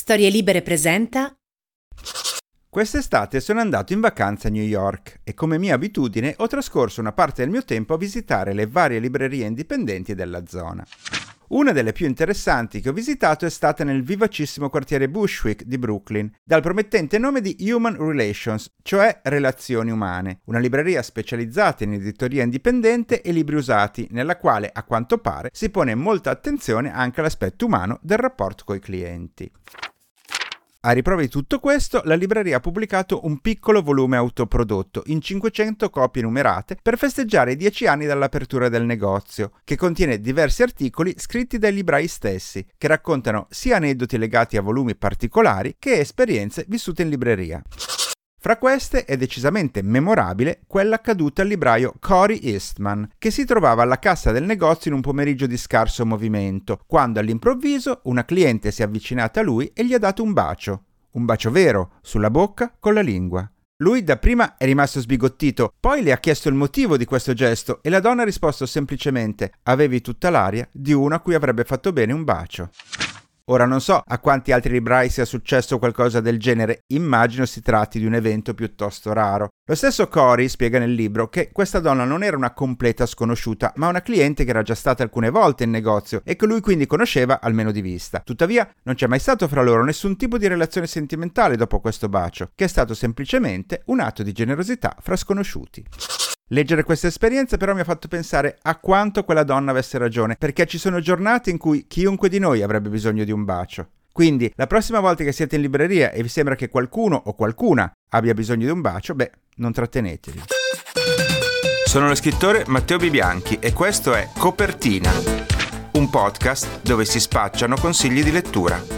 Storie Libere presenta. Quest'estate sono andato in vacanza a New York e come mia abitudine ho trascorso una parte del mio tempo a visitare le varie librerie indipendenti della zona. Una delle più interessanti che ho visitato è stata nel vivacissimo quartiere Bushwick di Brooklyn, dal promettente nome di Human Relations, cioè relazioni umane, una libreria specializzata in editoria indipendente e libri usati, nella quale, a quanto pare, si pone molta attenzione anche all'aspetto umano del rapporto coi clienti. A riprova di tutto questo, la libreria ha pubblicato un piccolo volume autoprodotto in 500 copie numerate per festeggiare i 10 anni dall'apertura del negozio, che contiene diversi articoli scritti dai librai stessi, che raccontano sia aneddoti legati a volumi particolari che esperienze vissute in libreria. Fra queste è decisamente memorabile quella accaduta al libraio Cory Eastman, che si trovava alla cassa del negozio in un pomeriggio di scarso movimento, quando all'improvviso una cliente si è avvicinata a lui e gli ha dato un bacio vero, sulla bocca con la lingua. Lui dapprima è rimasto sbigottito, poi le ha chiesto il motivo di questo gesto e la donna ha risposto semplicemente: avevi tutta l'aria di uno a cui avrebbe fatto bene un bacio. Ora non so a quanti altri librai sia successo qualcosa del genere, immagino si tratti di un evento piuttosto raro. Lo stesso Cory spiega nel libro che questa donna non era una completa sconosciuta, ma una cliente che era già stata alcune volte in negozio e che lui quindi conosceva almeno di vista. Tuttavia non c'è mai stato fra loro nessun tipo di relazione sentimentale dopo questo bacio, che è stato semplicemente un atto di generosità fra sconosciuti. Leggere questa esperienza però mi ha fatto pensare a quanto quella donna avesse ragione, perché ci sono giornate in cui chiunque di noi avrebbe bisogno di un bacio. Quindi, la prossima volta che siete in libreria e vi sembra che qualcuno o qualcuna abbia bisogno di un bacio, non trattenetevi. Sono lo scrittore Matteo Bibianchi e questo è Copertina, un podcast dove si spacciano consigli di lettura.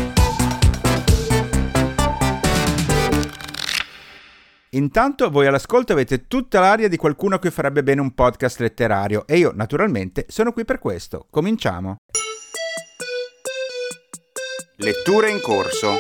Intanto voi all'ascolto avete tutta l'aria di qualcuno a cui farebbe bene un podcast letterario e io, naturalmente, sono qui per questo. Cominciamo! Letture in corso.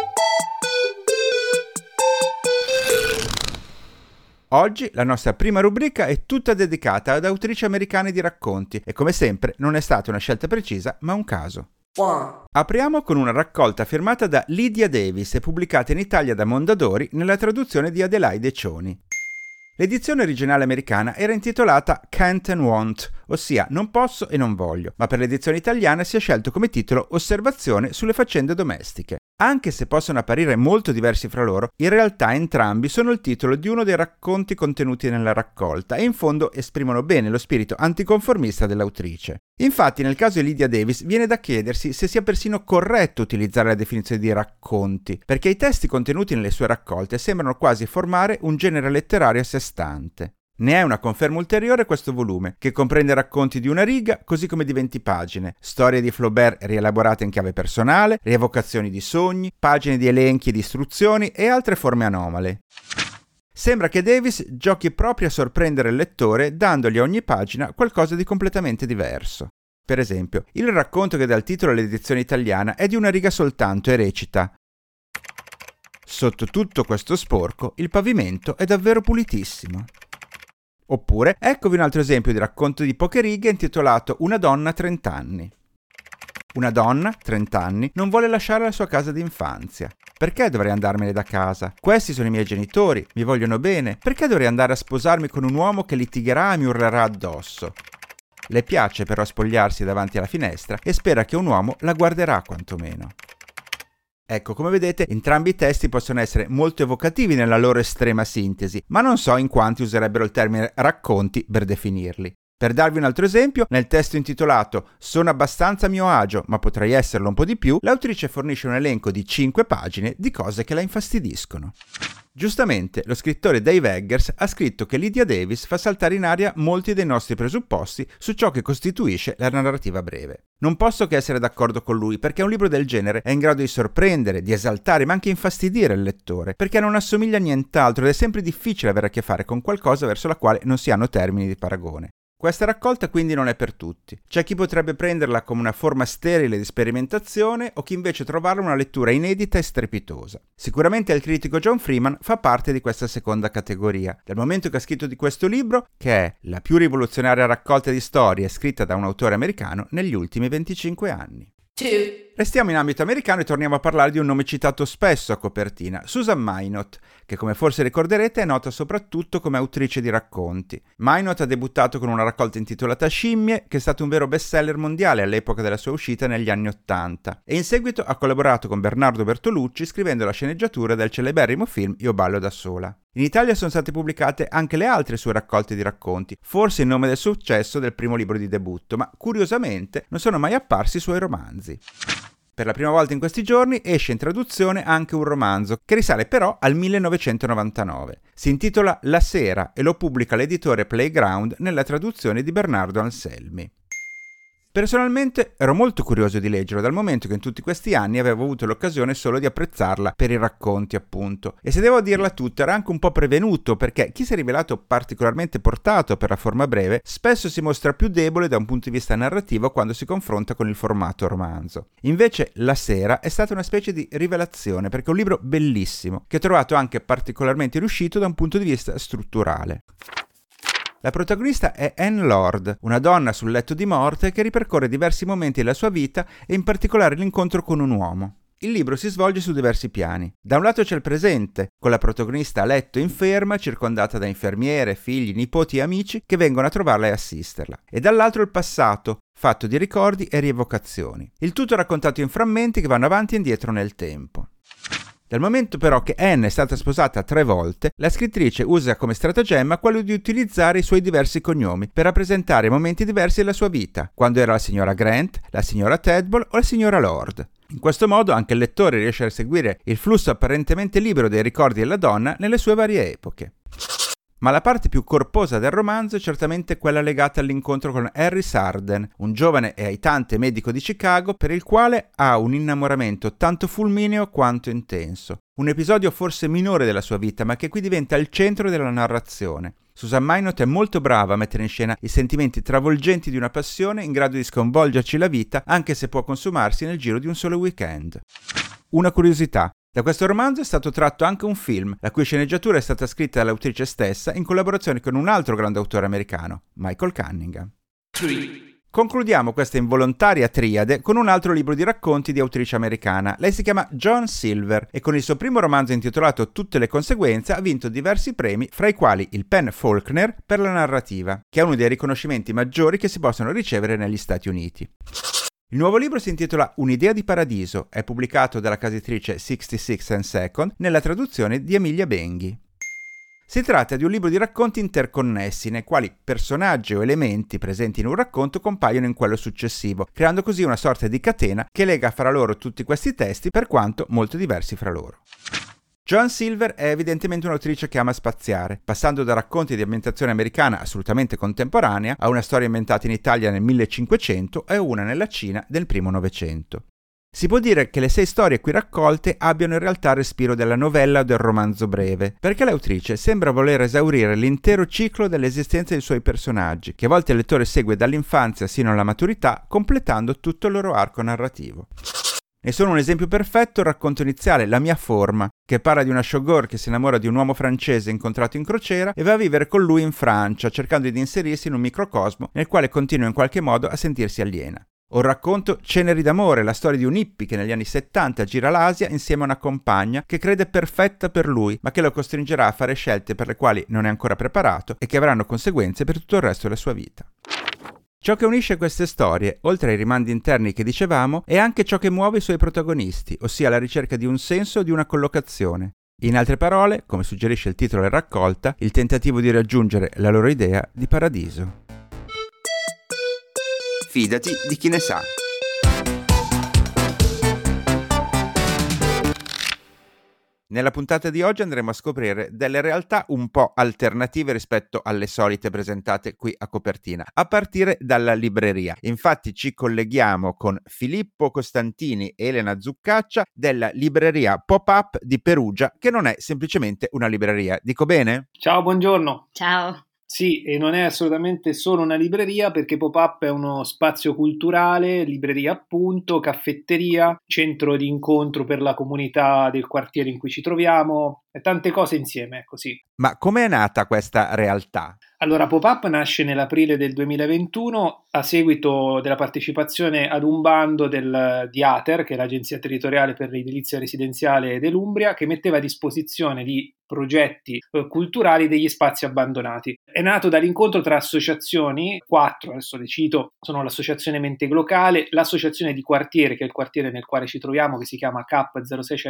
Oggi la nostra prima rubrica è tutta dedicata ad autrici americane di racconti e come sempre non è stata una scelta precisa, ma un caso. Apriamo con una raccolta firmata da Lydia Davis e pubblicata in Italia da Mondadori nella traduzione di Adelaide Cioni. L'edizione originale americana era intitolata Can't and Won't, ossia non posso e non voglio, ma per l'edizione italiana si è scelto come titolo Osservazione sulle faccende domestiche. Anche se possono apparire molto diversi fra loro, in realtà entrambi sono il titolo di uno dei racconti contenuti nella raccolta e in fondo esprimono bene lo spirito anticonformista dell'autrice. Infatti nel caso di Lydia Davis viene da chiedersi se sia persino corretto utilizzare la definizione di racconti, perché i testi contenuti nelle sue raccolte sembrano quasi formare un genere letterario a sé stante. Ne è una conferma ulteriore questo volume, che comprende racconti di una riga, così come di 20 pagine, storie di Flaubert rielaborate in chiave personale, rievocazioni di sogni, pagine di elenchi e di istruzioni e altre forme anomale. Sembra che Davis giochi proprio a sorprendere il lettore dandogli a ogni pagina qualcosa di completamente diverso. Per esempio, il racconto che dà il titolo all'edizione italiana è di una riga soltanto e recita: sotto tutto questo sporco il pavimento è davvero pulitissimo. Oppure, eccovi un altro esempio di racconto di poche righe intitolato Una donna 30 anni. Una donna, 30 anni, non vuole lasciare la sua casa d'infanzia. Perché dovrei andarmene da casa? Questi sono i miei genitori, mi vogliono bene. Perché dovrei andare a sposarmi con un uomo che litigherà e mi urlerà addosso? Le piace però spogliarsi davanti alla finestra e spera che un uomo la guarderà quantomeno. Ecco, come vedete, entrambi i testi possono essere molto evocativi nella loro estrema sintesi, ma non so in quanti userebbero il termine racconti per definirli. Per darvi un altro esempio, nel testo intitolato Sono abbastanza a mio agio, ma potrei esserlo un po' di più, l'autrice fornisce un elenco di 5 pagine di cose che la infastidiscono. Giustamente, lo scrittore Dave Eggers ha scritto che Lydia Davis fa saltare in aria molti dei nostri presupposti su ciò che costituisce la narrativa breve. Non posso che essere d'accordo con lui, perché un libro del genere è in grado di sorprendere, di esaltare, ma anche infastidire il lettore, perché non assomiglia a nient'altro ed è sempre difficile avere a che fare con qualcosa verso la quale non si hanno termini di paragone. Questa raccolta quindi non è per tutti. C'è chi potrebbe prenderla come una forma sterile di sperimentazione o chi invece trovarla una lettura inedita e strepitosa. Sicuramente il critico John Freeman fa parte di questa seconda categoria, dal momento che ha scritto di questo libro, che è la più rivoluzionaria raccolta di storie scritta da un autore americano negli ultimi 25 anni. 2. Restiamo in ambito americano e torniamo a parlare di un nome citato spesso a copertina, Susan Minot, che come forse ricorderete è nota soprattutto come autrice di racconti. Minot ha debuttato con una raccolta intitolata Scimmie, che è stato un vero bestseller mondiale all'epoca della sua uscita negli anni '80, e in seguito ha collaborato con Bernardo Bertolucci scrivendo la sceneggiatura del celeberrimo film Io ballo da sola. In Italia sono state pubblicate anche le altre sue raccolte di racconti, forse in nome del successo del primo libro di debutto, ma curiosamente non sono mai apparsi i suoi romanzi. Per la prima volta in questi giorni esce in traduzione anche un romanzo, che risale però al 1999. Si intitola La sera e lo pubblica l'editore Playground nella traduzione di Bernardo Anselmi. Personalmente ero molto curioso di leggerlo, dal momento che in tutti questi anni avevo avuto l'occasione solo di apprezzarla per i racconti, appunto. E se devo dirla tutta, era anche un po' prevenuto, perché chi si è rivelato particolarmente portato per la forma breve spesso si mostra più debole da un punto di vista narrativo quando si confronta con il formato romanzo. Invece La sera è stata una specie di rivelazione, perché è un libro bellissimo, che ho trovato anche particolarmente riuscito da un punto di vista strutturale. La protagonista è Anne Lord, una donna sul letto di morte che ripercorre diversi momenti della sua vita e in particolare l'incontro con un uomo. Il libro si svolge su diversi piani. Da un lato c'è il presente, con la protagonista a letto inferma, circondata da infermiere, figli, nipoti e amici che vengono a trovarla e assisterla. E dall'altro il passato, fatto di ricordi e rievocazioni. Il tutto raccontato in frammenti che vanno avanti e indietro nel tempo. Dal momento però che Anne è stata sposata 3 volte, la scrittrice usa come stratagemma quello di utilizzare i suoi diversi cognomi per rappresentare momenti diversi della sua vita, quando era la signora Grant, la signora Tadball o la signora Lord. In questo modo anche il lettore riesce a seguire il flusso apparentemente libero dei ricordi della donna nelle sue varie epoche. Ma la parte più corposa del romanzo è certamente quella legata all'incontro con Harry Sarden, un giovane e aitante medico di Chicago per il quale ha un innamoramento tanto fulmineo quanto intenso. Un episodio forse minore della sua vita, ma che qui diventa il centro della narrazione. Susan Minot è molto brava a mettere in scena i sentimenti travolgenti di una passione in grado di sconvolgerci la vita, anche se può consumarsi nel giro di un solo weekend. Una curiosità. Da questo romanzo è stato tratto anche un film, la cui sceneggiatura è stata scritta dall'autrice stessa in collaborazione con un altro grande autore americano, Michael Cunningham. 3. Concludiamo questa involontaria triade con un altro libro di racconti di autrice americana. Lei si chiama Joan Silver e con il suo primo romanzo intitolato Tutte le conseguenze ha vinto diversi premi, fra i quali il Penn Faulkner per la narrativa, che è uno dei riconoscimenti maggiori che si possono ricevere negli Stati Uniti. Il nuovo libro si intitola Un'idea di paradiso, è pubblicato dalla casa editrice 66 & Second nella traduzione di Emilia Benghi. Si tratta di un libro di racconti interconnessi, nei quali personaggi o elementi presenti in un racconto compaiono in quello successivo, creando così una sorta di catena che lega fra loro tutti questi testi, per quanto molto diversi fra loro. Joan Silver è evidentemente un'autrice che ama spaziare, passando da racconti di ambientazione americana assolutamente contemporanea a una storia ambientata in Italia nel 1500 e una nella Cina del primo Novecento. Si può dire che le 6 storie qui raccolte abbiano in realtà il respiro della novella o del romanzo breve, perché l'autrice sembra voler esaurire l'intero ciclo dell'esistenza dei suoi personaggi, che a volte il lettore segue dall'infanzia sino alla maturità, completando tutto il loro arco narrativo. Ne sono un esempio perfetto il racconto iniziale, La mia forma, che parla di una showgirl che si innamora di un uomo francese incontrato in crociera e va a vivere con lui in Francia, cercando di inserirsi in un microcosmo nel quale continua in qualche modo a sentirsi aliena. O il racconto Ceneri d'amore, la storia di un hippie che negli anni 70 gira l'Asia insieme a una compagna che crede perfetta per lui, ma che lo costringerà a fare scelte per le quali non è ancora preparato e che avranno conseguenze per tutto il resto della sua vita. Ciò che unisce queste storie, oltre ai rimandi interni che dicevamo, è anche ciò che muove i suoi protagonisti, ossia la ricerca di un senso o di una collocazione. In altre parole, come suggerisce il titolo della raccolta, il tentativo di raggiungere la loro idea di paradiso. Fidati di chi ne sa. Nella puntata di oggi andremo a scoprire delle realtà un po' alternative rispetto alle solite presentate qui a copertina, a partire dalla libreria. Infatti ci colleghiamo con Filippo Costantini e Elena Zuccaccia della libreria Pop-Up di Perugia, che non è semplicemente una libreria. Dico bene? Ciao, buongiorno. Ciao. Sì, e non è assolutamente solo una libreria, perché Pop-Up è uno spazio culturale, libreria appunto, caffetteria, centro di incontro per la comunità del quartiere in cui ci troviamo, e tante cose insieme, così. Ma com'è nata questa realtà? Allora, Pop-Up nasce nell'aprile del 2021 a seguito della partecipazione ad un bando di ATER, che è l'Agenzia Territoriale per l'Edilizia Residenziale dell'Umbria, che metteva a disposizione di progetti culturali degli spazi abbandonati. È nato dall'incontro tra associazioni, 4, adesso le cito, sono l'Associazione Menteg Locale, l'Associazione di Quartiere, che è il quartiere nel quale ci troviamo, che si chiama CAP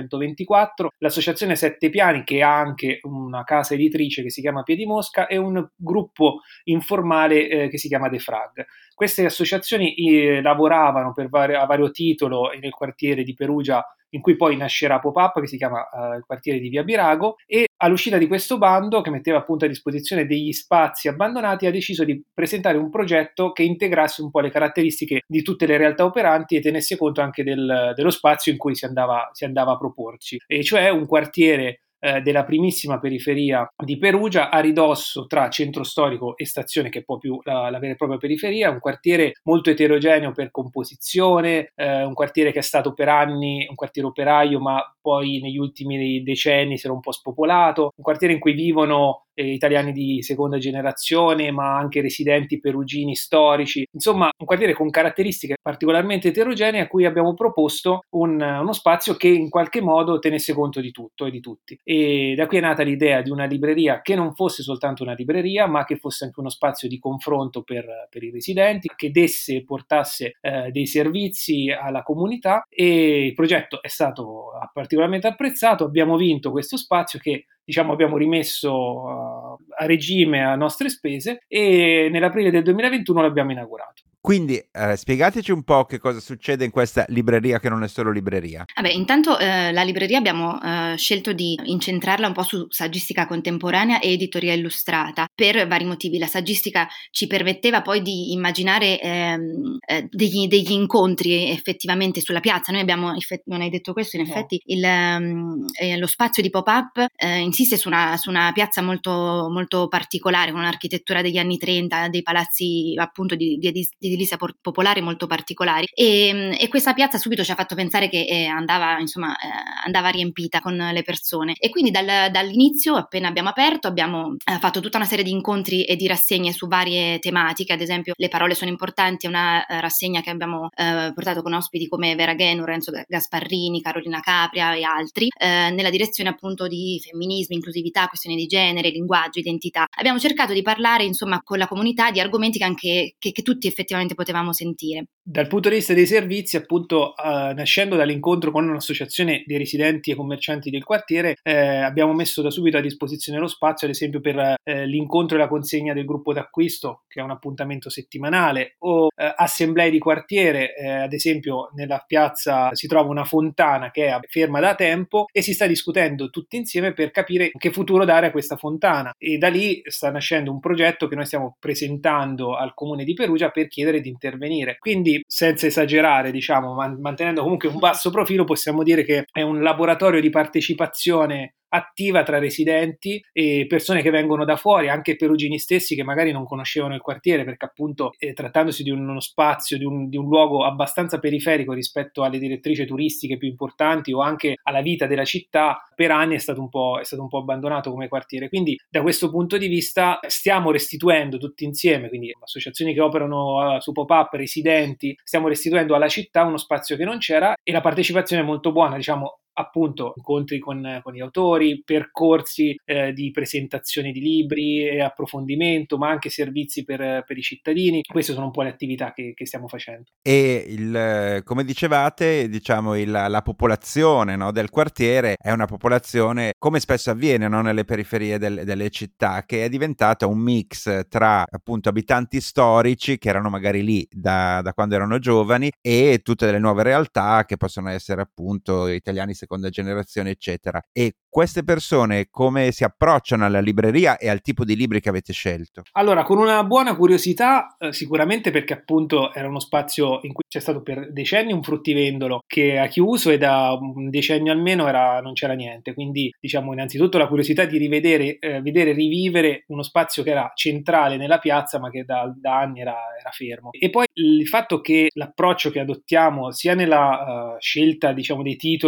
0624, l'Associazione Sette Piani, che ha anche una casa editrice che si chiama Piedimosca, e un gruppo informale che si chiama The Frag. Queste associazioni lavoravano a vario titolo nel quartiere di Perugia, in cui poi nascerà Pop-Up, che si chiama il quartiere di Via Birago, e all'uscita di questo bando, che metteva appunto a disposizione degli spazi abbandonati, ha deciso di presentare un progetto che integrasse un po' le caratteristiche di tutte le realtà operanti e tenesse conto anche dello spazio in cui si andava a proporci, e cioè un quartiere della primissima periferia di Perugia, a ridosso tra centro storico e stazione, che è un po' più la vera e propria periferia, un quartiere molto eterogeneo per composizione, un quartiere che è stato per anni un quartiere operaio, ma poi negli ultimi decenni si era un po' spopolato, un quartiere in cui vivono italiani di seconda generazione, ma anche residenti perugini storici, insomma un quartiere con caratteristiche particolarmente eterogenee, a cui abbiamo proposto uno spazio che in qualche modo tenesse conto di tutto e di tutti. E da qui è nata l'idea di una libreria che non fosse soltanto una libreria, ma che fosse anche uno spazio di confronto per i residenti, che desse e portasse dei servizi alla comunità, e il progetto è stato particolarmente apprezzato. Abbiamo vinto questo spazio che abbiamo rimesso a regime a nostre spese, e nell'aprile del 2021 l'abbiamo inaugurato. Quindi spiegateci un po' che cosa succede in questa libreria, che non è solo libreria. Vabbè, intanto la libreria abbiamo scelto di incentrarla un po' su saggistica contemporanea e editoria illustrata per vari motivi. La saggistica ci permetteva poi di immaginare degli incontri effettivamente sulla piazza. Noi abbiamo, non hai detto questo, in effetti lo spazio di Pop-Up insiste su una piazza molto, molto particolare, con un'architettura degli anni 30, dei palazzi appunto di edilizia popolare molto particolari, e questa piazza subito ci ha fatto pensare che andava riempita con le persone, e quindi dall'inizio, appena abbiamo aperto, abbiamo fatto tutta una serie di incontri e di rassegne su varie tematiche. Ad esempio, le parole sono importanti, è una rassegna che abbiamo portato con ospiti come Vera Ghen, Lorenzo Gasparrini, Carolina Capria e altri, nella direzione appunto di femminismo, inclusività, questioni di genere, linguaggio, identità. Abbiamo cercato di parlare insomma con la comunità di argomenti che tutti effettivamente potevamo sentire. Dal punto di vista dei servizi, appunto, nascendo dall'incontro con un'associazione dei residenti e commercianti del quartiere, abbiamo messo da subito a disposizione lo spazio, ad esempio per l'incontro e la consegna del gruppo d'acquisto, che è un appuntamento settimanale, o assemblee di quartiere. Ad esempio nella piazza si trova una fontana che è ferma da tempo e si sta discutendo tutti insieme per capire che futuro dare a questa fontana, e da lì sta nascendo un progetto che noi stiamo presentando al Comune di Perugia per chiedere di intervenire. Quindi, senza esagerare, mantenendo comunque un basso profilo, possiamo dire che è un laboratorio di partecipazione attiva tra residenti e persone che vengono da fuori, anche perugini stessi che magari non conoscevano il quartiere, perché appunto trattandosi di uno spazio, di un luogo abbastanza periferico rispetto alle direttrici turistiche più importanti o anche alla vita della città, per anni è stato un po' abbandonato come quartiere. Quindi da questo punto di vista stiamo restituendo tutti insieme, quindi associazioni che operano su Pop-Up, residenti, stiamo restituendo alla città uno spazio che non c'era, e la partecipazione è molto buona, appunto incontri con gli autori, percorsi di presentazione di libri e approfondimento, ma anche servizi per i cittadini. Queste sono un po' le attività che stiamo facendo. E come dicevate, la popolazione, no, del quartiere è una popolazione, come spesso avviene, no, nelle periferie delle città, che è diventata un mix tra appunto abitanti storici che erano magari lì da quando erano giovani e tutte delle nuove realtà che possono essere appunto italiani seconda generazione, eccetera. E queste persone come si approcciano alla libreria e al tipo di libri che avete scelto? Allora, con una buona curiosità, sicuramente, perché appunto era uno spazio in cui c'è stato per decenni un fruttivendolo che ha chiuso, e da un decennio almeno non c'era niente. Quindi innanzitutto la curiosità di vedere rivivere uno spazio che era centrale nella piazza ma che da anni era fermo. E poi il fatto che l'approccio che adottiamo sia nella scelta dei titoli e della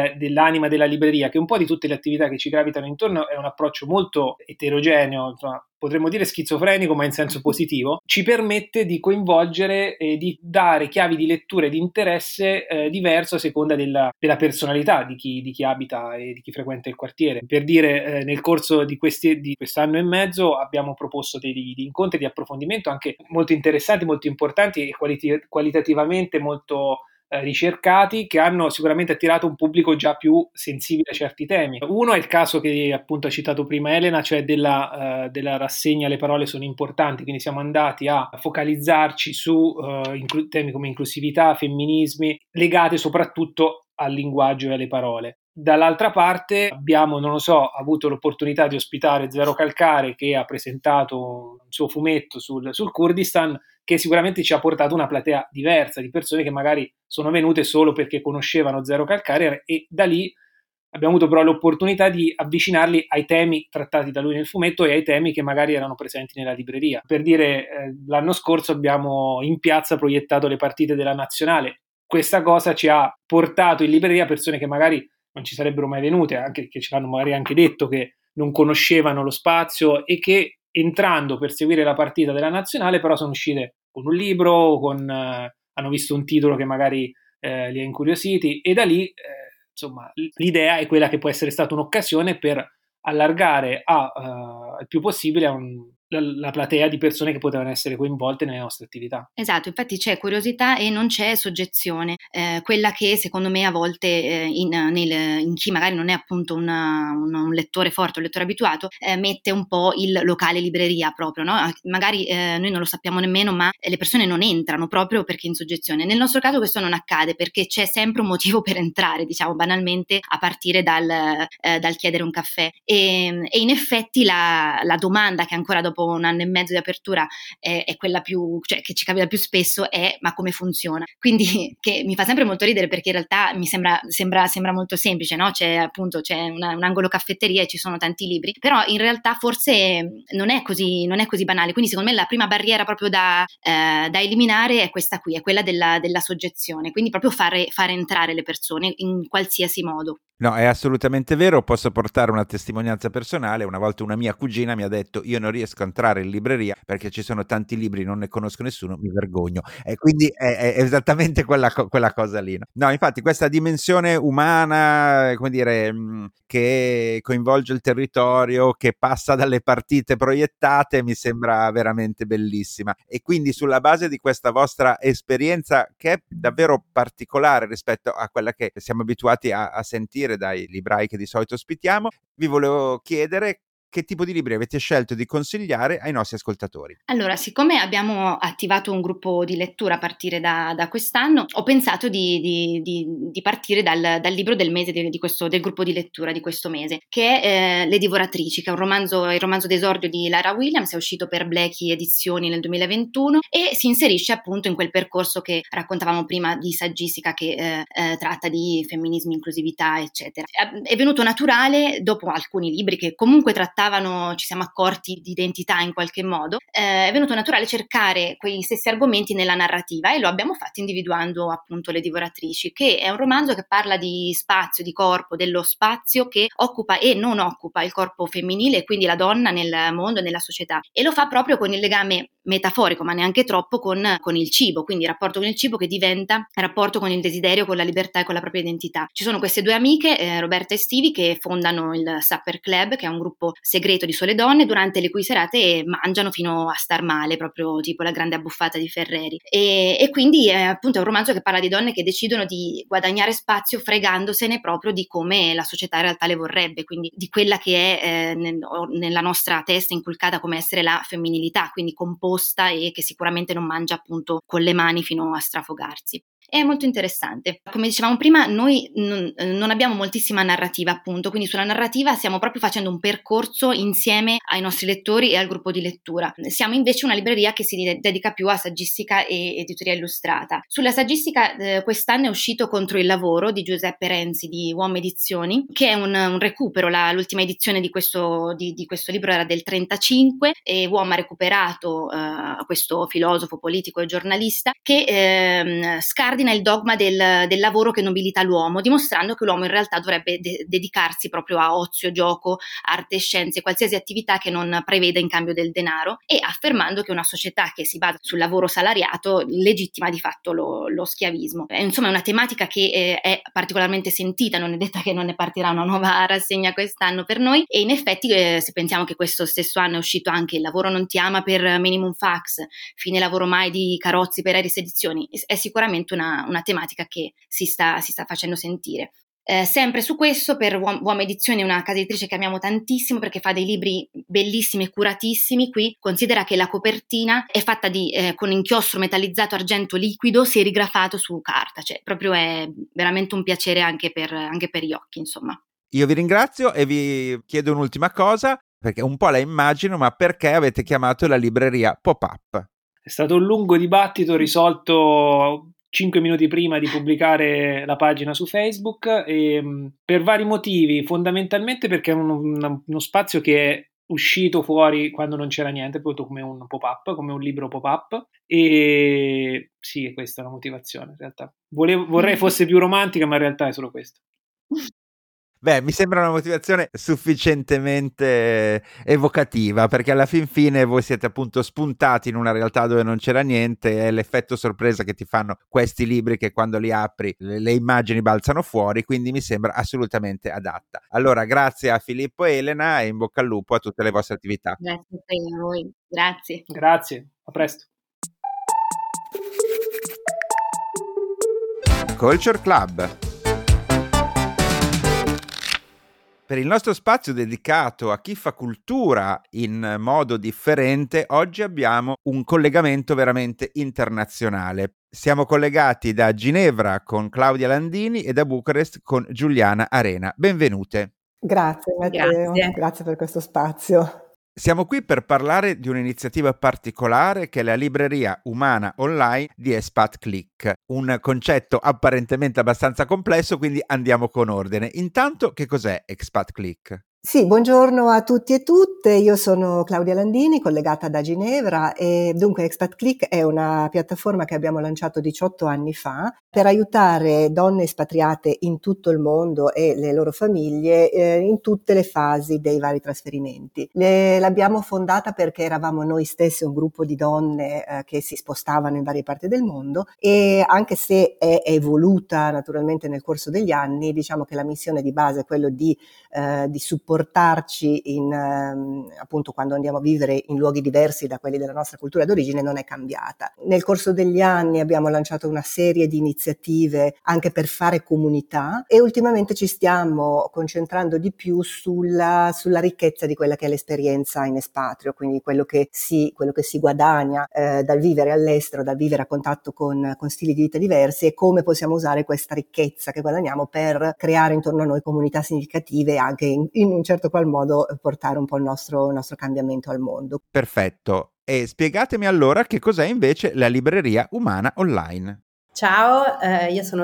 dell'anima della libreria, che un po' di tutte le attività che ci gravitano intorno è un approccio molto eterogeneo, insomma, potremmo dire schizofrenico ma in senso positivo, ci permette di coinvolgere e di dare chiavi di lettura e di interesse diverso a seconda della personalità di chi abita e di chi frequenta il quartiere. Per dire, nel corso di quest'anno e mezzo abbiamo proposto degli incontri di approfondimento anche molto interessanti, molto importanti e qualitativamente molto ricercati, che hanno sicuramente attirato un pubblico già più sensibile a certi temi. Uno è il caso che appunto ha citato prima Elena, cioè della rassegna Le parole sono importanti, quindi siamo andati a focalizzarci su temi come inclusività, femminismi, legate soprattutto al linguaggio e alle parole. Dall'altra parte abbiamo, avuto l'opportunità di ospitare Zero Calcare, che ha presentato un suo fumetto sul Kurdistan, che sicuramente ci ha portato una platea diversa di persone che magari sono venute solo perché conoscevano Zero Calcare, e da lì abbiamo avuto però l'opportunità di avvicinarli ai temi trattati da lui nel fumetto e ai temi che magari erano presenti nella libreria. Per dire, l'anno scorso abbiamo in piazza proiettato le partite della Nazionale. Questa cosa ci ha portato in libreria persone che magari non ci sarebbero mai venute, anche che ce l'hanno magari anche detto, che non conoscevano lo spazio e che entrando per seguire la partita della Nazionale però sono uscite con un libro, hanno visto un titolo che magari li ha incuriositi, e da lì insomma l'idea è quella che può essere stata un'occasione per allargare il più possibile la platea di persone che potevano essere coinvolte nelle nostre attività. Esatto, infatti c'è curiosità e non c'è soggezione, quella che secondo me a volte in chi magari non è appunto un lettore forte, un lettore abituato, mette un po' il locale libreria proprio, no? Magari noi non lo sappiamo nemmeno, ma le persone non entrano proprio perché in soggezione. Nel nostro caso questo non accade, perché c'è sempre un motivo per entrare, diciamo banalmente, a partire dal chiedere un caffè, e in effetti la domanda che ancora dopo un anno e mezzo di apertura è quella più, cioè che ci capita più spesso, è: ma come funziona? Quindi, che mi fa sempre molto ridere, perché in realtà mi sembra molto semplice, no? C'è un angolo caffetteria e ci sono tanti libri, però in realtà forse non è così banale. Quindi secondo me la prima barriera proprio da eliminare è questa qui, è quella della soggezione, quindi proprio fare entrare le persone in qualsiasi modo. No, è assolutamente vero, posso portare una testimonianza personale. Una volta una mia cugina mi ha detto: io non riesco a entrare in libreria perché ci sono tanti libri, non ne conosco nessuno, mi vergogno. E quindi è esattamente quella cosa lì. No, infatti questa dimensione umana, come dire, che coinvolge il territorio, che passa dalle partite proiettate, mi sembra veramente bellissima. E quindi sulla base di questa vostra esperienza, che è davvero particolare rispetto a quella che siamo abituati a sentire dai librai che di solito ospitiamo, vi volevo chiedere che tipo di libri avete scelto di consigliare ai nostri ascoltatori. Allora, siccome abbiamo attivato un gruppo di lettura a partire da quest'anno, ho pensato di partire dal libro del mese del gruppo di lettura di questo mese, che è Le divoratrici, che è il romanzo d'esordio di Lara Williams, è uscito per Blackie Edizioni nel 2021 e si inserisce appunto in quel percorso che raccontavamo prima di saggistica, che tratta di femminismo, inclusività, eccetera. È venuto naturale, dopo alcuni libri che comunque trattavano, ci siamo accorti, di identità in qualche modo, è venuto naturale cercare quegli stessi argomenti nella narrativa, e lo abbiamo fatto individuando appunto Le divoratrici, che è un romanzo che parla di spazio, di corpo, dello spazio che occupa e non occupa il corpo femminile, e quindi la donna nel mondo e nella società, e lo fa proprio con il legame metaforico, ma neanche troppo, con il cibo, quindi il rapporto con il cibo che diventa rapporto con il desiderio, con la libertà e con la propria identità. Ci sono queste due amiche, Roberta e Stevie, che fondano il Supper Club, che è un gruppo segreto di sole donne, durante le cui serate mangiano fino a star male, proprio tipo La grande abbuffata di Ferreri, e quindi appunto è un romanzo che parla di donne che decidono di guadagnare spazio fregandosene proprio di come la società in realtà le vorrebbe, quindi di quella che è nella nostra testa inculcata come essere la femminilità, quindi composta, e che sicuramente non mangia appunto con le mani fino a strafogarsi. È molto interessante. Come dicevamo prima, noi non abbiamo moltissima narrativa, appunto, quindi sulla narrativa stiamo proprio facendo un percorso insieme ai nostri lettori e al gruppo di lettura. Siamo invece una libreria che si dedica più a saggistica e editoria illustrata. Sulla saggistica quest'anno è uscito Contro il lavoro di Giuseppe Renzi di Uomo Edizioni, che è un recupero. L'ultima edizione di questo libro era del 1935, e Uomo ha recuperato questo filosofo, politico e giornalista che scardina incardina il dogma del lavoro che nobilita l'uomo, dimostrando che l'uomo in realtà dovrebbe dedicarsi proprio a ozio, gioco, arte, scienze, qualsiasi attività che non preveda in cambio del denaro, e affermando che una società che si basa sul lavoro salariato legittima di fatto lo schiavismo. Insomma, è una tematica che è particolarmente sentita, non è detta che non ne partirà una nuova rassegna quest'anno per noi, e in effetti se pensiamo che questo stesso anno è uscito anche Il lavoro non ti ama per Minimum Fax, Fine lavoro mai di Carozzi per Eris Edizioni, è sicuramente una tematica che si sta facendo sentire. Sempre su questo, per Uomo Edizioni, una casa editrice che amiamo tantissimo perché fa dei libri bellissimi e curatissimi. Qui considera che la copertina è fatta con inchiostro metallizzato argento liquido serigrafato su carta, cioè proprio è veramente un piacere anche per gli occhi, insomma. Io vi ringrazio e vi chiedo un'ultima cosa, perché un po' la immagino, ma perché avete chiamato la libreria Pop-Up? È stato un lungo dibattito risolto 5 minuti prima di pubblicare la pagina su Facebook, e per vari motivi, fondamentalmente perché è uno spazio che è uscito fuori quando non c'era niente, proprio come un pop-up, come un libro pop-up, e sì, questa è la motivazione in realtà. Vorrei fosse più romantica, ma in realtà è solo questo. Beh, mi sembra una motivazione sufficientemente evocativa, perché alla fin fine voi siete appunto spuntati in una realtà dove non c'era niente, è l'effetto sorpresa che ti fanno questi libri che quando li apri le immagini balzano fuori, quindi mi sembra assolutamente adatta. Allora, grazie a Filippo e Elena e in bocca al lupo a tutte le vostre attività. Grazie a voi, grazie. Grazie, a presto. Culture Club. Per il nostro spazio dedicato a chi fa cultura in modo differente, oggi abbiamo un collegamento veramente internazionale. Siamo collegati da Ginevra con Claudia Landini e da Bucarest con Giuliana Arena. Benvenute. Grazie Matteo, grazie per questo spazio. Siamo qui per parlare di un'iniziativa particolare che è la libreria umana online di Expat Click, un concetto apparentemente abbastanza complesso, quindi andiamo con ordine. Intanto, che cos'è Expat Click? Sì, buongiorno a tutti e tutte, io sono Claudia Landini, collegata da Ginevra, e dunque Expat Click è una piattaforma che abbiamo lanciato 18 anni fa per aiutare donne espatriate in tutto il mondo e le loro famiglie in tutte le fasi dei vari trasferimenti. L'abbiamo fondata perché eravamo noi stesse un gruppo di donne che si spostavano in varie parti del mondo, e anche se è evoluta naturalmente nel corso degli anni, diciamo che la missione di base è quello di supportarci appunto quando andiamo a vivere in luoghi diversi da quelli della nostra cultura d'origine, non è cambiata. Nel corso degli anni abbiamo lanciato una serie di iniziative anche per fare comunità, e ultimamente ci stiamo concentrando di più sulla ricchezza di quella che è l'esperienza in espatrio, quindi quello che si guadagna dal vivere all'estero, dal vivere a contatto con stili di vita diversi, e come possiamo usare questa ricchezza che guadagniamo per creare intorno a noi comunità significative, anche in un certo qual modo portare un po' il nostro cambiamento al mondo. Perfetto. E spiegatemi allora che cos'è invece la libreria umana online. Ciao, io sono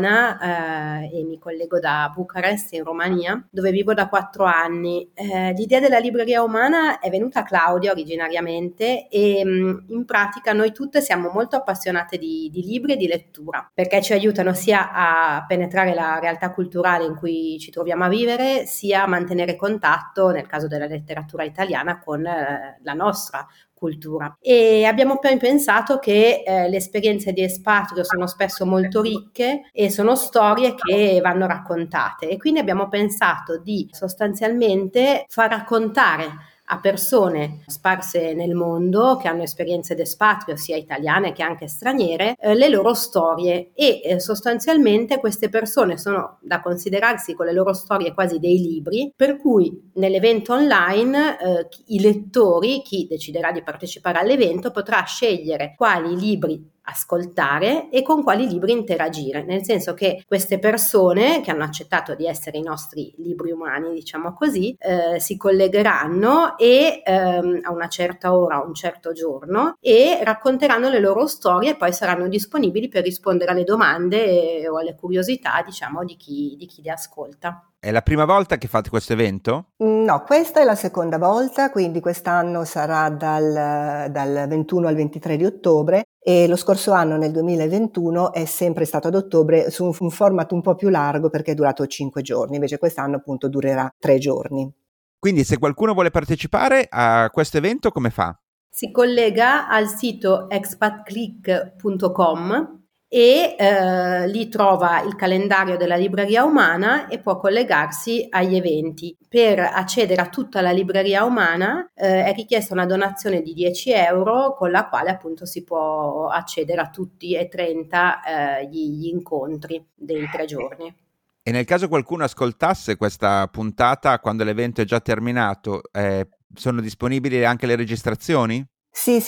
Giuliana e mi collego da Bucarest in Romania, dove vivo da 4 anni. L'idea della libreria umana è venuta a Claudia originariamente, e in pratica noi tutte siamo molto appassionate di libri e di lettura, perché ci aiutano sia a penetrare la realtà culturale in cui ci troviamo a vivere, sia a mantenere contatto, nel caso della letteratura italiana, con la nostra cultura. E abbiamo poi pensato che le esperienze di espatrio sono spesso molto ricche e sono storie che vanno raccontate, e quindi abbiamo pensato di sostanzialmente far raccontare a persone sparse nel mondo che hanno esperienze d'espatrio sia italiane che anche straniere le loro storie, e sostanzialmente queste persone sono da considerarsi con le loro storie quasi dei libri, per cui nell'evento online i lettori, chi deciderà di partecipare all'evento, potrà scegliere quali libri ascoltare e con quali libri interagire, nel senso che queste persone che hanno accettato di essere i nostri libri umani, diciamo così, si collegheranno e a una certa ora, a un certo giorno, e racconteranno le loro storie, e poi saranno disponibili per rispondere alle domande o alle curiosità, diciamo, di chi li ascolta. È la prima volta che fate questo evento? No, questa è la seconda volta, quindi quest'anno sarà dal 21 al 23 di ottobre, e lo scorso anno, nel 2021, è sempre stato ad ottobre su un format un po' più largo perché è durato 5 giorni, invece quest'anno appunto durerà 3 giorni. Quindi se qualcuno vuole partecipare a questo evento, come fa? Si collega al sito expatclick.com e lì trova il calendario della Libreria Umana e può collegarsi agli eventi. Per accedere a tutta la Libreria Umana è richiesta una donazione di 10 euro con la quale appunto si può accedere a tutti e 30 gli incontri dei 3 giorni. E nel caso qualcuno ascoltasse questa puntata quando l'evento è già terminato, sono disponibili anche le registrazioni? Sì,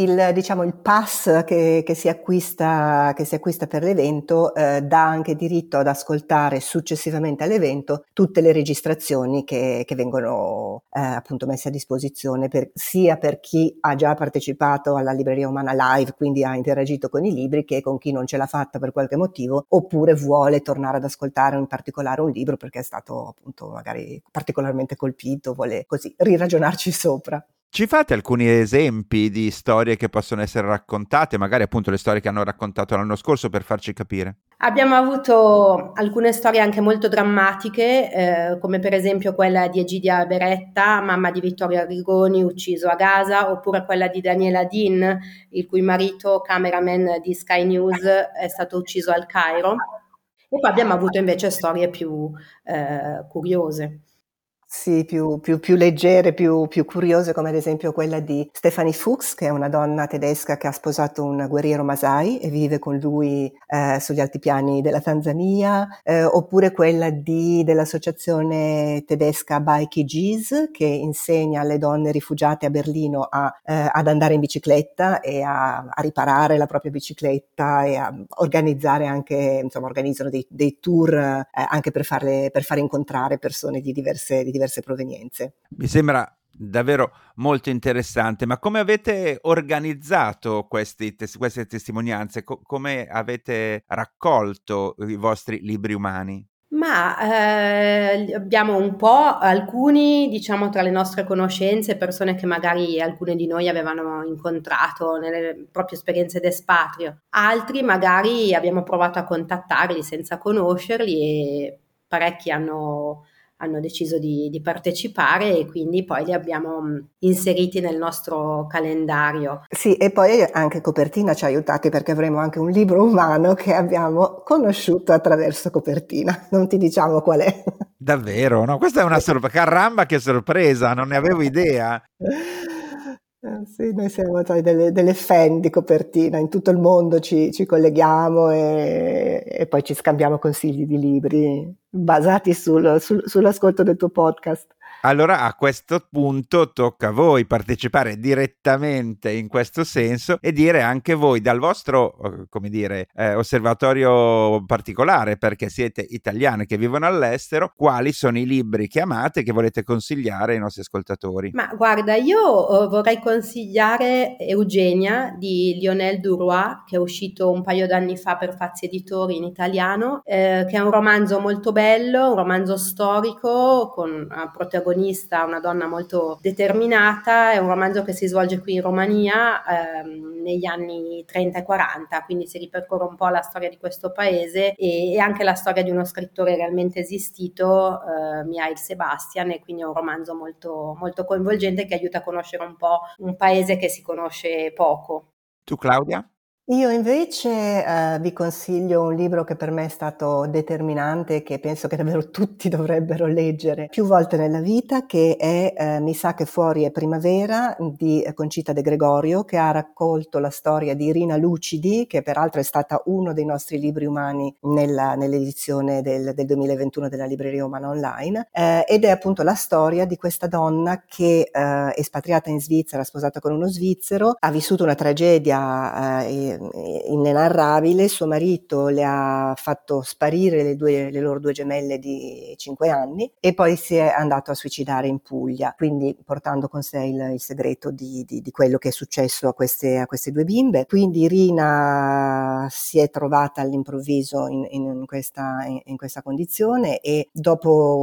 il pass che si acquista per l'evento dà anche diritto ad ascoltare successivamente all'evento tutte le registrazioni che vengono appunto messe a disposizione sia per chi ha già partecipato alla Libreria Umana Live, quindi ha interagito con i libri, che con chi non ce l'ha fatta per qualche motivo, oppure vuole tornare ad ascoltare in particolare un libro perché è stato appunto magari particolarmente colpito, vuole così riragionarci sopra. Ci fate alcuni esempi di storie che possono essere raccontate, magari appunto le storie che hanno raccontato l'anno scorso, per farci capire? Abbiamo avuto alcune storie anche molto drammatiche, come per esempio quella di Egidia Beretta, mamma di Vittorio Arrigoni, ucciso a Gaza, oppure quella di Daniela Dean, il cui marito, cameraman di Sky News, è stato ucciso al Cairo. E poi abbiamo avuto invece storie più curiose. Sì, più leggere, più curiose, come ad esempio quella di Stephanie Fuchs, che è una donna tedesca che ha sposato un guerriero Masai e vive con lui sugli altipiani della Tanzania, oppure quella dell'associazione tedesca Bike Gees, che insegna alle donne rifugiate a Berlino ad andare in bicicletta e a riparare la propria bicicletta e a organizzare anche, organizzano dei tour anche per fare incontrare persone di diverse provenienze. Mi sembra davvero molto interessante, ma come avete organizzato queste testimonianze? Come avete raccolto i vostri libri umani? Ma abbiamo un po' alcuni, diciamo, tra le nostre conoscenze, persone che magari alcune di noi avevano incontrato nelle proprie esperienze d'espatrio. Altri magari abbiamo provato a contattarli senza conoscerli e parecchi hanno deciso di partecipare e quindi poi li abbiamo inseriti nel nostro calendario. Sì, e poi anche Copertina ci ha aiutati perché avremo anche un libro umano che abbiamo conosciuto attraverso Copertina. Non ti diciamo qual è. Davvero? No, questa è una sorpresa. Caramba, che sorpresa, non ne avevo idea. Sì, noi siamo delle fan di Copertina, in tutto il mondo ci colleghiamo e poi ci scambiamo consigli di libri basati sull'ascolto del tuo podcast. Allora a questo punto tocca a voi partecipare direttamente in questo senso e dire anche voi dal vostro, osservatorio particolare, perché siete italiane che vivono all'estero, quali sono i libri che amate e che volete consigliare ai nostri ascoltatori. Ma guarda, io vorrei consigliare Eugenia di Lionel Duroy, che è uscito un paio d'anni fa per Fazzi Editori in italiano, che è un romanzo molto bello, un romanzo storico con una protagonista, una donna molto determinata. È un romanzo che si svolge qui in Romania negli anni 30 e 40, quindi si ripercorre un po' la storia di questo paese e anche la storia di uno scrittore realmente esistito, Mihail Sebastian, e quindi è un romanzo molto, molto coinvolgente che aiuta a conoscere un po' un paese che si conosce poco. Tu, Claudia? Io invece vi consiglio un libro che per me è stato determinante e che penso che davvero tutti dovrebbero leggere più volte nella vita, che è Mi sa che fuori è primavera di Concita De Gregorio, che ha raccolto la storia di Irina Lucidi, che peraltro è stata uno dei nostri libri umani nell'edizione del 2021 della Libreria Umana Online, ed è appunto la storia di questa donna che espatriata in Svizzera, sposata con uno svizzero, ha vissuto una tragedia inenarrabile. Suo marito le ha fatto sparire le loro due gemelle di 5 anni e poi si è andato a suicidare in Puglia, quindi portando con sé il segreto di quello che è successo a queste due bimbe. Quindi Irina si è trovata all'improvviso in questa condizione e dopo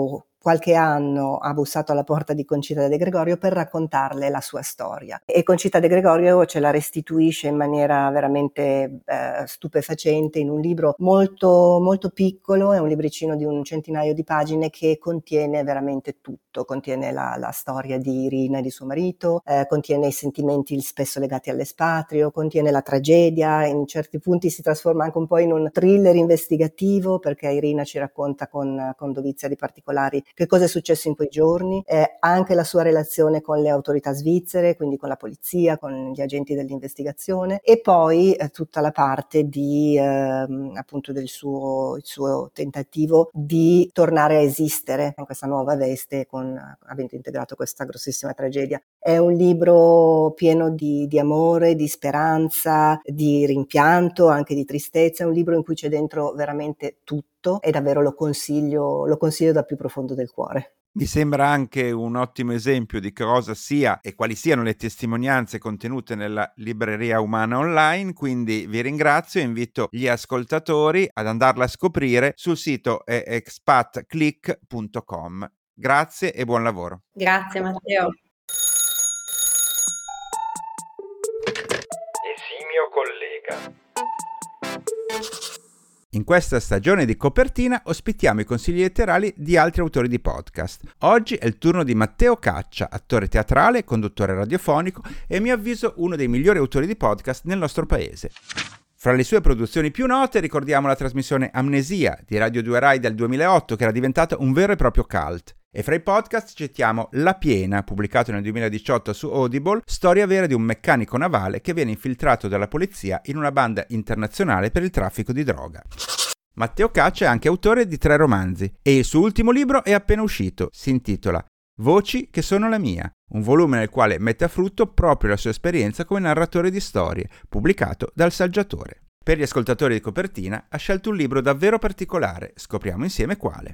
qualche anno ha bussato alla porta di Conchita De Gregorio per raccontarle la sua storia, e Conchita De Gregorio ce la restituisce in maniera veramente stupefacente in un libro molto, molto piccolo, è un libricino di un centinaio di pagine che contiene veramente tutto, contiene la storia di Irina e di suo marito, contiene i sentimenti spesso legati all'espatrio, contiene la tragedia, in certi punti si trasforma anche un po' in un thriller investigativo, perché Irina ci racconta con dovizia di particolari che cosa è successo in quei giorni, anche la sua relazione con le autorità svizzere, quindi con la polizia, con gli agenti dell'investigazione, e poi tutta la parte di appunto del suo tentativo di tornare a esistere in questa nuova veste, avendo integrato questa grossissima tragedia. È un libro pieno di amore, di speranza, di rimpianto, anche di tristezza, è un libro in cui c'è dentro veramente tutto e davvero lo consiglio dal più profondo del cuore. Mi sembra anche un ottimo esempio di cosa sia e quali siano le testimonianze contenute nella Libreria Umana online, quindi vi ringrazio e invito gli ascoltatori ad andarla a scoprire sul sito expatclick.com. Grazie e buon lavoro. Grazie Matteo. Esimio collega. In questa stagione di copertina ospitiamo i consigli letterari di altri autori di podcast. Oggi è il turno di Matteo Caccia, attore teatrale, conduttore radiofonico e a mio avviso uno dei migliori autori di podcast nel nostro paese. Fra le sue produzioni più note ricordiamo la trasmissione Amnesia di Radio 2 Rai del 2008, che era diventata un vero e proprio cult. E fra i podcast citiamo La Piena, pubblicato nel 2018 su Audible, storia vera di un meccanico navale che viene infiltrato dalla polizia in una banda internazionale per il traffico di droga. Matteo Caccia è anche autore di 3 romanzi e il suo ultimo libro è appena uscito, si intitola Voci che sono la mia, un volume nel quale mette a frutto proprio la sua esperienza come narratore di storie, pubblicato dal Saggiatore. Per gli ascoltatori di copertina ha scelto un libro davvero particolare, scopriamo insieme quale.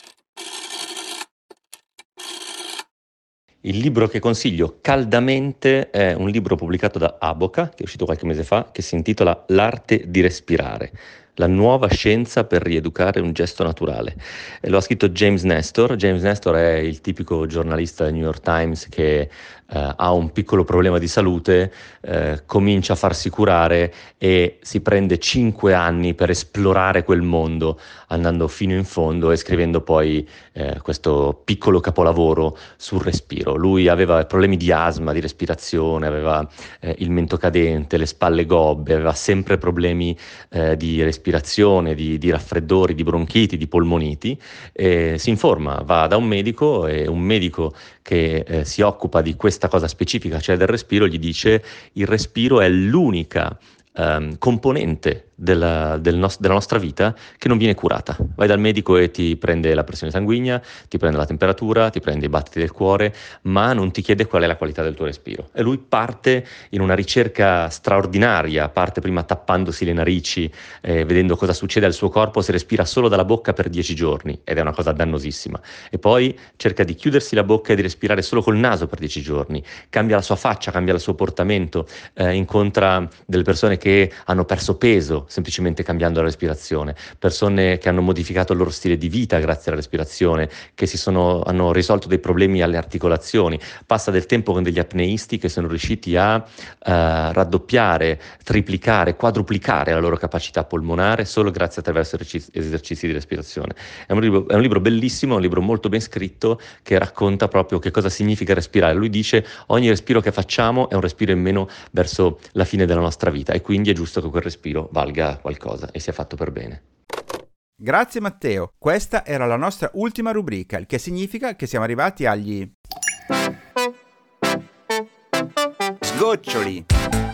Il libro che consiglio caldamente è un libro pubblicato da Aboca, che è uscito qualche mese fa, che si intitola L'arte di respirare, la nuova scienza per rieducare un gesto naturale. E lo ha scritto James Nestor. James Nestor è il tipico giornalista del New York Times che ha un piccolo problema di salute, comincia a farsi curare e si prende 5 anni per esplorare quel mondo, andando fino in fondo e scrivendo poi questo piccolo capolavoro sul respiro. Lui aveva problemi di asma, di respirazione, aveva il mento cadente, le spalle gobbe, aveva sempre problemi di respirazione, di raffreddori, di bronchiti, di polmoniti. Si informa, va da un medico e un medico che si occupa di questa cosa specifica, cioè del respiro, gli dice: il respiro è l'unica componente della nostra vita che non viene curata. Vai dal medico e ti prende la pressione sanguigna, ti prende la temperatura, ti prende i battiti del cuore, ma non ti chiede qual è la qualità del tuo respiro. E lui parte in una ricerca straordinaria, parte prima tappandosi le narici, vedendo cosa succede al suo corpo se respira solo dalla bocca per 10 giorni, ed è una cosa dannosissima. E poi cerca di chiudersi la bocca e di respirare solo col naso per 10 giorni. Cambia la sua faccia, cambia il suo portamento, incontra delle persone che hanno perso peso semplicemente cambiando la respirazione, persone che hanno modificato il loro stile di vita grazie alla respirazione, che hanno risolto dei problemi alle articolazioni. Passa del tempo con degli apneisti che sono riusciti a raddoppiare, triplicare, quadruplicare la loro capacità polmonare solo grazie attraverso esercizi di respirazione. È un libro bellissimo, è un libro molto ben scritto che racconta proprio che cosa significa respirare. Lui dice: ogni respiro che facciamo è un respiro in meno verso la fine della nostra vita, e quindi è giusto che quel respiro valga qualcosa e sia fatto per bene. Grazie Matteo, questa era la nostra ultima rubrica, il che significa che siamo arrivati agli sgoccioli.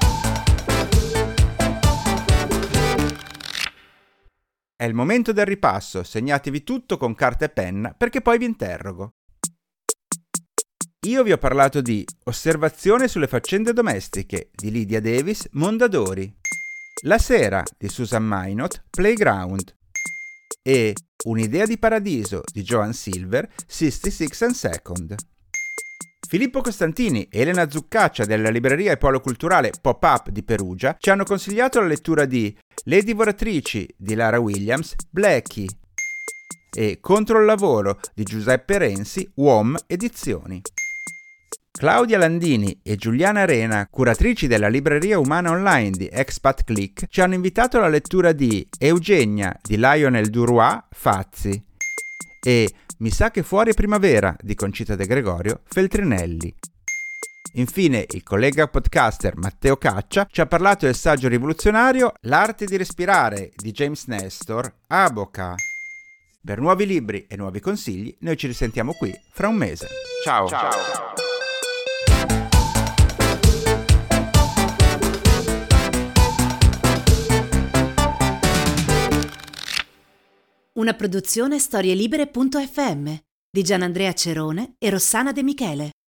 È il momento del ripasso, segnatevi tutto con carta e penna perché poi vi interrogo. Io vi ho parlato di Osservazione sulle faccende domestiche di Lydia Davis, Mondadori, La sera di Susan Minot, Playground, e Un'idea di paradiso di Joan Silver, 66 and Second. Filippo Costantini e Elena Zuccaccia della libreria e polo culturale Pop-Up di Perugia ci hanno consigliato la lettura di Le divoratrici di Lara Williams, Blackie, e Contro il lavoro di Giuseppe Renzi, UOM Edizioni. Claudia Landini e Giuliana Arena, curatrici della libreria umana online di Expat Click, ci hanno invitato alla lettura di Eugenia di Lionel Duroy, Fazzi, e Mi sa che fuori è primavera di Concita De Gregorio, Feltrinelli. Infine, il collega podcaster Matteo Caccia ci ha parlato del saggio rivoluzionario L'arte di respirare di James Nestor, Aboca. Per nuovi libri e nuovi consigli, noi ci risentiamo qui fra un mese. Ciao! Una produzione storielibere.fm di Gianandrea Cerone e Rossana De Michele.